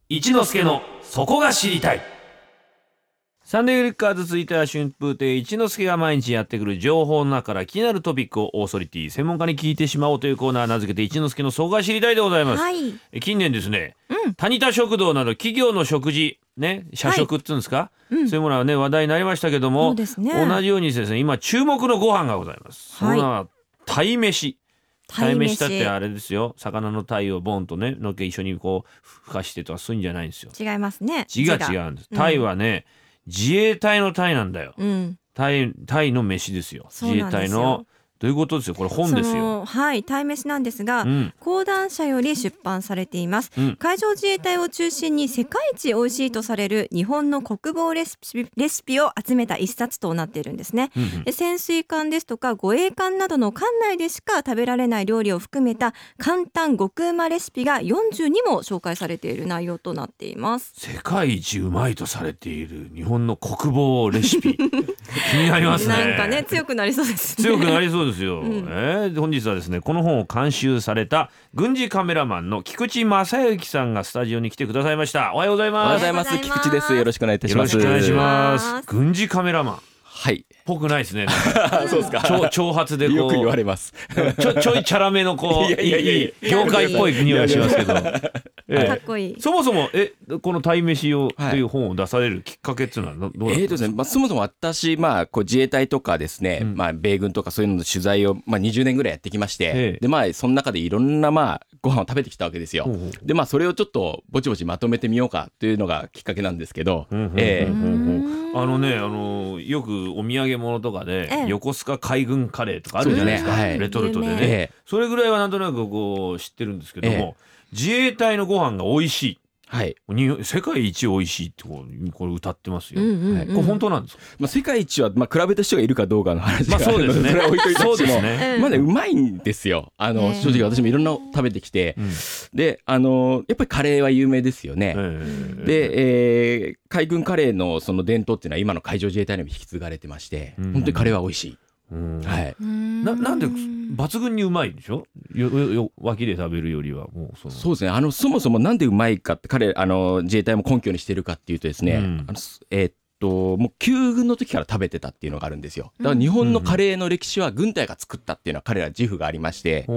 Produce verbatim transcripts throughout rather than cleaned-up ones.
一之輔のそこが知りたい。サンデーリッカーズ続いては春風亭一之輔が毎日やってくる情報の中から気になるトピックをオーソリティ専門家に聞いてしまおうというコーナー、名付けて一之輔のそこが知りたいでございます、 はい、 え近年ですね、 うん、 タニタ食堂など企業の食事ね、社食っていうんですか、はいうん、そういうものはね話題になりましたけども、 そうですね、 同じようにですね今注目のご飯がございます、はい、その名は鯛めし。鯛めしだってあれですよ、魚の鯛をボンとねのっけ一緒にこうふかしてとかするんじゃないんですよ。 違いますね。 字が違うんです。鯛はね、うん、自衛隊の鯛なんだよ、うん、鯛, 鯛の飯ですよ。自衛隊のどういうことですよ、これ本ですよ。 はい、鯛めしなんですが、うん、講談社より出版されています、うん、海上自衛隊を中心に世界一美味しいとされる日本の国防レシピ、レシピを集めた一冊となっているんですね、うんうん、で潜水艦ですとか護衛艦などの艦内でしか食べられない料理を含めた簡単極うまレシピがよんじゅうにも紹介されている内容となっています。 世界一うまいとされている日本の国防レシピ気になりますね。 なんかね強くなりそうですね。 強くなりそうですよ、うんえー、本日はですねこの本を監修された軍事カメラマンの菊池正幸さんがスタジオに来てくださいました。おはようございます。 おはようございます。菊池です。よろしくお願いいたします。 よろしくお願いします。軍事カメラマンはいぽくないですね。 そうですか。 長髪でこうよく言われますちょちょいチャラめのこういやいやいや業界っぽい匂いはしますけどええ、かっこいい。 そもそもえこの鯛めしをという本を出されるきっかけっていうのはどうだったんですか。 えーとですねまあ、そもそも私、まあ、こう自衛隊とかですね、うんまあ、米軍とかそういうのの取材を、まあ、にじゅうねんぐらいやってきまして、ええでまあ、その中でいろんな、まあ、ご飯を食べてきたわけですよ。で、まあ、それをちょっとぼちぼちまとめてみようかというのがきっかけなんですけど、あのねあのよくお土産物とかで、ええ、横須賀海軍カレーとかあるじゃないですか、ねはい、レトルトでね、ええ、それぐらいはなんとなくこう知ってるんですけども、ええ、自衛隊のご飯が美味しい、はい、世界一美味しいってこうこれ歌ってますよ、うんうんうん、これ本当なんですか。 まあ、世界一は、まあ、比べた人がいるかどうかの話があるので、まあ、そうですね、それは置いといたとしても、ね、まだうまいんですよ。あの、えー、正直私もいろんなの食べてきて、うん、であのやっぱりカレーは有名ですよね、えー、で、えー、海軍カレーのその伝統っていうのは今の海上自衛隊にも引き継がれてまして、うん、本当にカレーは美味しい。うんはい、 な, なんで抜群にうまいんでしょ。よよ脇で食べるよりはもう そ, のそうですね。あのそもそもなんでうまいかって彼あの自衛隊も根拠にしてるかっていうとですね、うん、あのえー、っともう旧軍の時から食べてたっていうのがあるんですよ。だから日本のカレーの歴史は軍隊が作ったっていうのは彼ら自負がありまして、うん、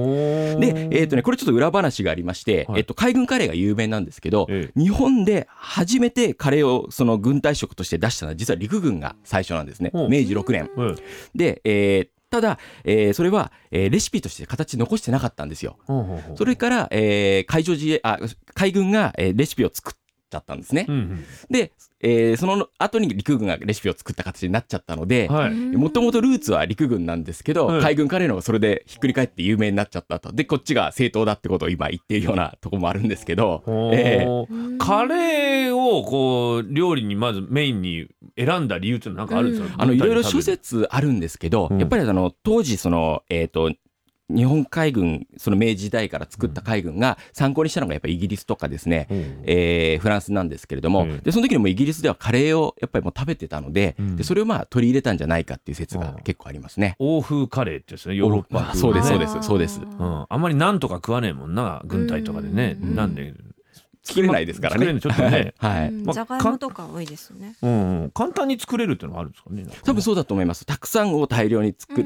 で、えーっとね、これちょっと裏話がありまして、はい、えーっと海軍カレーが有名なんですけど、ええ、日本で初めてカレーをその軍隊食として出したのは実は陸軍が最初なんですね。めいじろくねん、うん、で、えーただ、えー、それは、えー、レシピとして形残してなかったんですよ。ほうほうほう。それから、えー、海上自衛あ海軍が、えー、レシピを作っちゃったんですね、うんうん、で、えー、その後に陸軍がレシピを作った形になっちゃったので、もともとルーツは陸軍なんですけど、はい、海軍カレーのがそれでひっくり返って有名になっちゃったと。でこっちが正当だってことを今言っているようなところもあるんですけど、えー、カレーをこう料理にまずメインに選んだ理由って何かあるんですか。 うん、あのいろいろ諸説あるんですけど、うん、やっぱりあの当時その、えーと日本海軍その明治時代から作った海軍が参考にしたのがやっぱりイギリスとかですね、うんえー、フランスなんですけれども、うん、でその時にもイギリスではカレーをやっぱりもう食べてたので、うん、でそれをまあ取り入れたんじゃないかっていう説が結構ありますね。 欧風カレーってですね、ヨーロッパ風、 そうですそうですそうです、うん、 あんまりなんとか食わねえもんな軍隊とかでね、うん、なんで作れないですからね。 作れるちょっとね、 はいまあ、じゃがいもとか多いですね、 うん、簡単に作れるっていうのはあるんですかね。 多分そうだと思います。たくさんを大量に作、うん、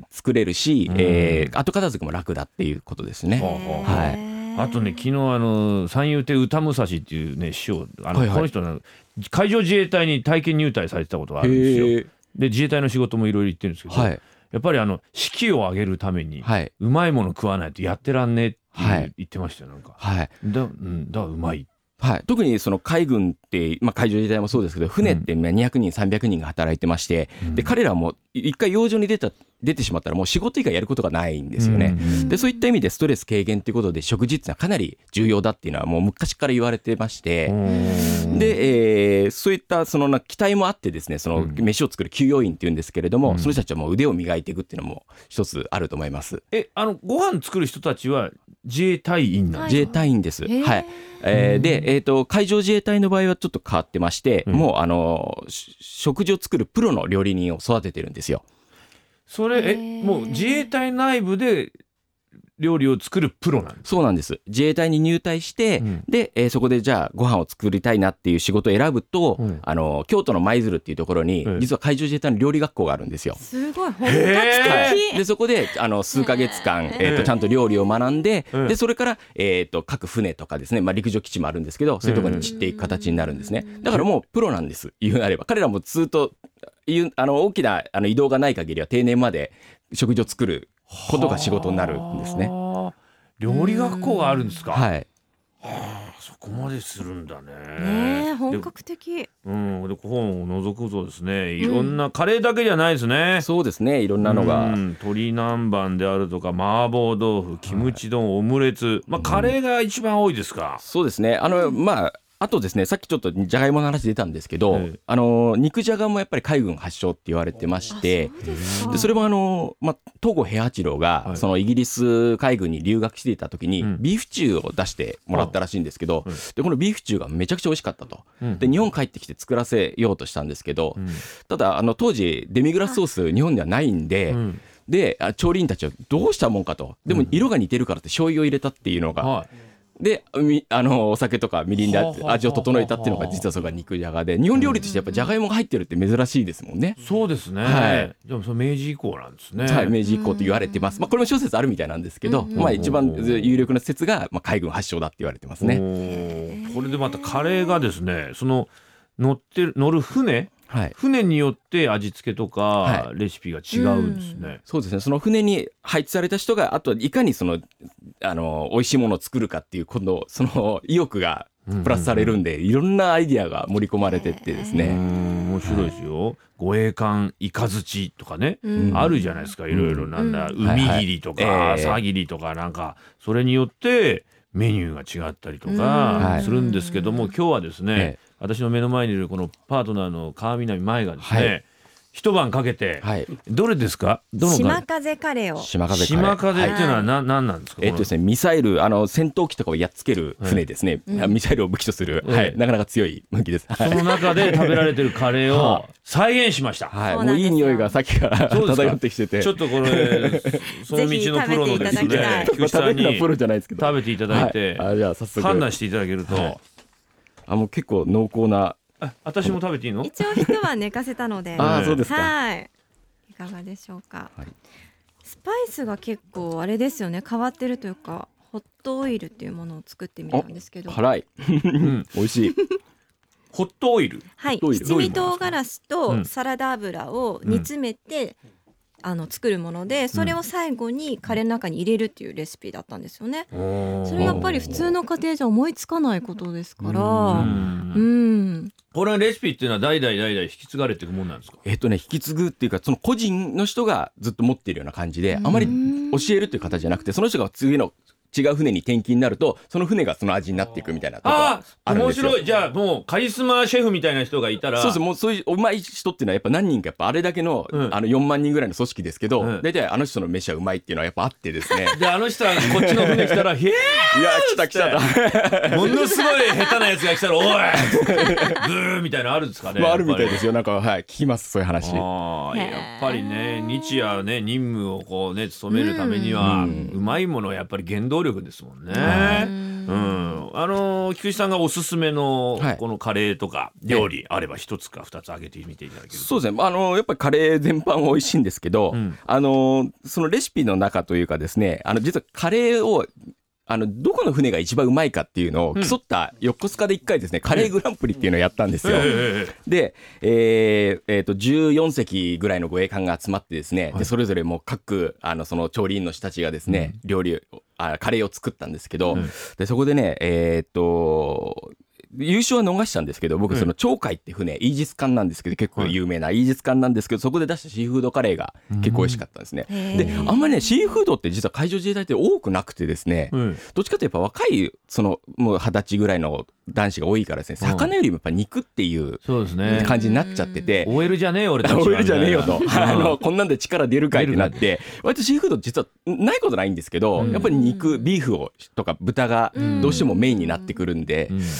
作れるし、うんえー、後片付けも楽だっていうことですね。はい、 あとね昨日あの三遊亭歌武蔵っていうね師匠あの、はいはい、この人の海上自衛隊に体験入隊されてたことがあるんですよ。で自衛隊の仕事もいろいろ言ってるんですけど、はい、やっぱりあの士気を上げるために、はい、うまいもの食わないとやってらんねえって言ってましたよ。なんか、はい、だ, うん、だからうまい。 はい、特にその海軍って、まあ、海上自衛隊もそうですけど船ってにひゃくにんさんびゃくにんが働いてまして、うん、で彼らはもう一回洋上に出た出てしまったらもう仕事以外やることがないんですよね、うん、でそういった意味でストレス軽減ということで食事っていうのはかなり重要だっていうのはもう昔から言われてまして、うん、で、えー、そういったその期待もあってですね、その飯を作る給養員っていうんですけれども、うん、その人たちはもう腕を磨いていくっていうのも一つあると思います。 えあのご飯作る人たちは自衛隊員なんですか。 自衛隊員です。はい、えー、で、えーと、海上自衛隊の場合はちょっと変わってまして、うん、もうあの食事を作るプロの料理人を育ててるんですよ。 それえもう自衛隊内部で料理を作るプロなんです。 そうなんです。自衛隊に入隊して、うん、で、えー、そこでじゃあご飯を作りたいなっていう仕事を選ぶと、うん、あの京都の舞鶴っていうところに、うん、実は海上自衛隊の料理学校があるんですよ。 すごい本格的、はい、 でそこであの数ヶ月間、えー、とちゃんと料理を学んで、でそれから、えー、と各船とかですね、まあ、陸上基地もあるんですけど、そういうところに散っていく形になるんですね。だからもうプロなんです、言うなれば。彼らもずっとあの大きなあの移動がない限りは定年まで食事を作ることが仕事になるんですね。 料理学校があるんですか。 はい。 はあ、そこまでするんだね。 ねえ、本格的。 うん、で本を覗くとですね、いろんな、うん、カレーだけじゃないですね。 そうですね、いろんなのが、うん、 鶏南蛮であるとか麻婆豆腐、キムチ丼、はい、オムレツ、まあカレーが一番多いですか。 うん、そうですね。あのまあ。あとですね、さっきちょっとじゃがいもの話出たんですけど、ええ、あの肉じゃがもやっぱり海軍発祥って言われてまして、そでそれもあの、ま、東郷平八郎が、はい、そのイギリス海軍に留学していた時に、うん、ビーフシチューを出してもらったらしいんですけど、うん、でこのビーフシチューがめちゃくちゃ美味しかったと、うん、で日本帰ってきて作らせようとしたんですけど、うん、ただあの当時デミグラスソース日本ではないんで、うん、で調理員たちはどうしたもんかと、でも色が似てるからって醤油を入れたっていうのが、はい、であのお酒とかみりんで味を整えたっていうのが実はそれが肉じゃがで、日本料理としてやっぱじゃがいもが入ってるって珍しいですもんね。 そうですね、はい、でもその明治以降なんですね。 はい、明治以降と言われてます。まあ、これも諸説あるみたいなんですけど、まあ、一番有力な説がまあ海軍発祥だって言われてますね。 これでまたカレーがですね、その乗ってる乗る船はい、船によって味付けとかレシピが違うんですね。はい、うそうですね。その船に配置された人があといかにそのあの美味しいものを作るかっていう今度その意欲がプラスされるんで、うんうんうん、いろんなアイディアが盛り込まれてってですね。 面白いですよ。はい、護衛艦イカズチとかね、うん、あるじゃないですか。いろいろなんだ、うん、海切りとか朝切りとかなんかそれによってメニューが違ったりとかするんですけども、今日はですね、ええ私の目の前にいるこのパートナーの川南舞がですね、はい、一晩かけて、はい、どれですか？どの島風カレーを島風カレー島風っていうのは何、はい、何なんですか？ えっとですね、ミサイルあの戦闘機とかをやっつける船ですね、はい、ミサイルを武器とする、はい、なかなか強い武器です。 その中で食べられてるカレーを再現しました。 はい、もういい匂いがさっきから漂ってきてて、 ちょっとこれその道のプロのですね菊池さんに食べていただいて、はい、あじゃあ早速判断していただけると、はい、 あもう結構濃厚な。 あ、私も食べていいの？ 一応一晩寝かせたのであ、そうですか。 はい。いかがでしょうか。はい、スパイスが結構あれですよね、変わってるというか、ホットオイルっていうものを作ってみたんですけど。 辛い。うん、美味しい。 ホットオイル。 はい。七味唐辛子とサラダ油を煮詰めて、うんあの作るもので、それを最後にカレーの中に入れるっていうレシピだったんですよね。それやっぱり普通の家庭じゃ思いつかないことですから。うんうんこれレシピっていうのは代々代々引き継がれていくものなんですか？ えっとね引き継ぐっていうか、その個人の人がずっと持っているような感じで、あまり教えるという形じゃなくて、その人が次の違う船に転勤になるとその船がその味になっていくみたいなとこああ面白い。じゃあもうカリスマシェフみたいな人がいたら、 そうそう、もうそういううまい人っていうのはやっぱ何人か、やっぱあれだけの、うん、あのよんまんにんぐらいの組織ですけど、うん、大体あの人の飯はうまいっていうのはやっぱあってですねであの人はこっちの船来たらへーいや来た来たものすごい下手なやつが来たらおいブーみたいなのあるんですかね。 まあ、あるみたいですよ。なんかはい聞きますそういう話。 あやっぱりね日夜ね任務をこうね務めるためには、うん、うまいものはやっぱり原動力ですもんね。うん、あの菊池さんがおすすめのこのカレーとか料理あれば一つか二つ挙げてみていただけると。 そうですね、あのやっぱりカレー全般美味しいんですけど、うん、あのそのレシピの中というかですね、あの実はカレーをあのどこの船が一番うまいかっていうのを競った横須賀でいっかいですね、うん、カレーグランプリっていうのをやったんですよ。で、えーえー、とじゅうよんせきぐらいの護衛艦が集まってですね、はい、でそれぞれもう各あのその調理員の人たちがですね、うん、料理をあカレーを作ったんですけど、うん、でそこでねえー、っと優勝は逃したんですけど、僕その鳥海って船、イージス艦なんですけど結構有名なイージス艦なんですけど、そこで出したシーフードカレーが結構美味しかったんですね。であんまりねシーフードって実は海上自衛隊って多くなくてですね、どっちかというとやっぱ若いそのもう二十歳ぐらいの男子が多いからですね、魚よりもやっぱ肉っていう感じになっちゃってて、 オーエル じゃねえよ俺たちはオーエル じゃねえよとあのこんなんで力出るかいってなって、割とシーフード実はないことないんですけど、やっぱり肉ビーフをとか豚がどうしてもメインになってくるんで、でそ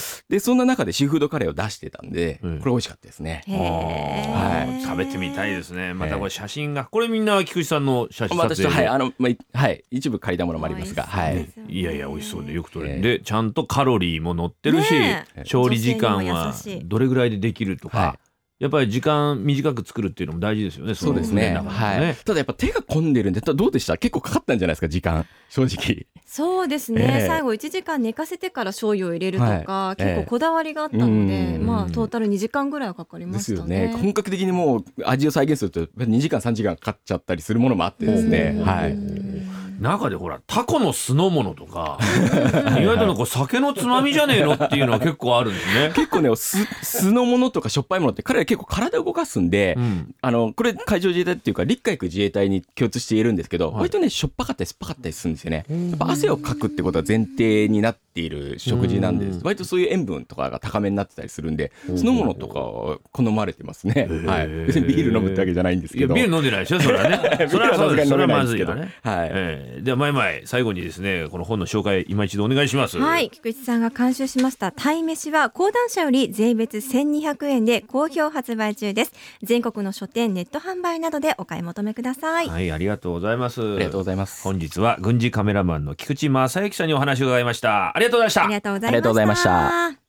そんな中でシーフードカレーを出してたんで、うん、これ美味しかったですね。 はい、食べてみたいですね。またこれ写真が、これみんな菊池さんの写真撮影で、 はい、あの、まあ、はい、一部借りたものもありますが、はい、 いやいや美味しそうでよく撮れる、でちゃんとカロリーも載ってるし、ね、調理時間はどれぐらいでできるとか、はい、やっぱり時間短く作るっていうのも大事ですよね。 そうですね。はい。ただやっぱ手が込んでるんで、どうでした？結構かかったんじゃないですか、時間。正直。 そうですね。えー、最後いちじかん寝かせてから醤油を入れるとか、はい、結構こだわりがあったので、えー、まあトータルにじかんぐらいはかかりましたね。ですよね。 本格的にもう味を再現するとにじかんさんじかんかかっちゃったりするものもあってですね。はい。 中でほらタコの酢の物とか意外となんか酒のつまみじゃねえのっていうのは結構あるんですね。 結構ね酢、酢のものとかしょっぱいものって彼ら結構体を動かすんで、うん、あのこれ海上自衛隊っていうか陸海空自衛隊に共通して言えるんですけど、はい、割とねしょっぱかったり酸っぱかったりするんですよね。やっぱ汗をかくってことは前提になっている食事なんです。割とそういう塩分とかが高めになってたりするんで、酢の物とか好まれてますね。はい、別にビール飲むってわけじゃないんですけど。 いやビール飲んでないですよそれはね。それはそうです。それはまずいよね。はい。えー、では前々最後にですね、この本の紹介今一度お願いします。 はい、菊池さんが監修しました鯛めしは講談社より税別せんにひゃくえんで好評発売中です。全国の書店、ネット販売などでお買い求めください。 はい、ありがとうございます。 ありがとうございます。 本日は軍事カメラマンの菊池正幸さんにお話を伺いました。ありがとうございました。 ありがとうございました。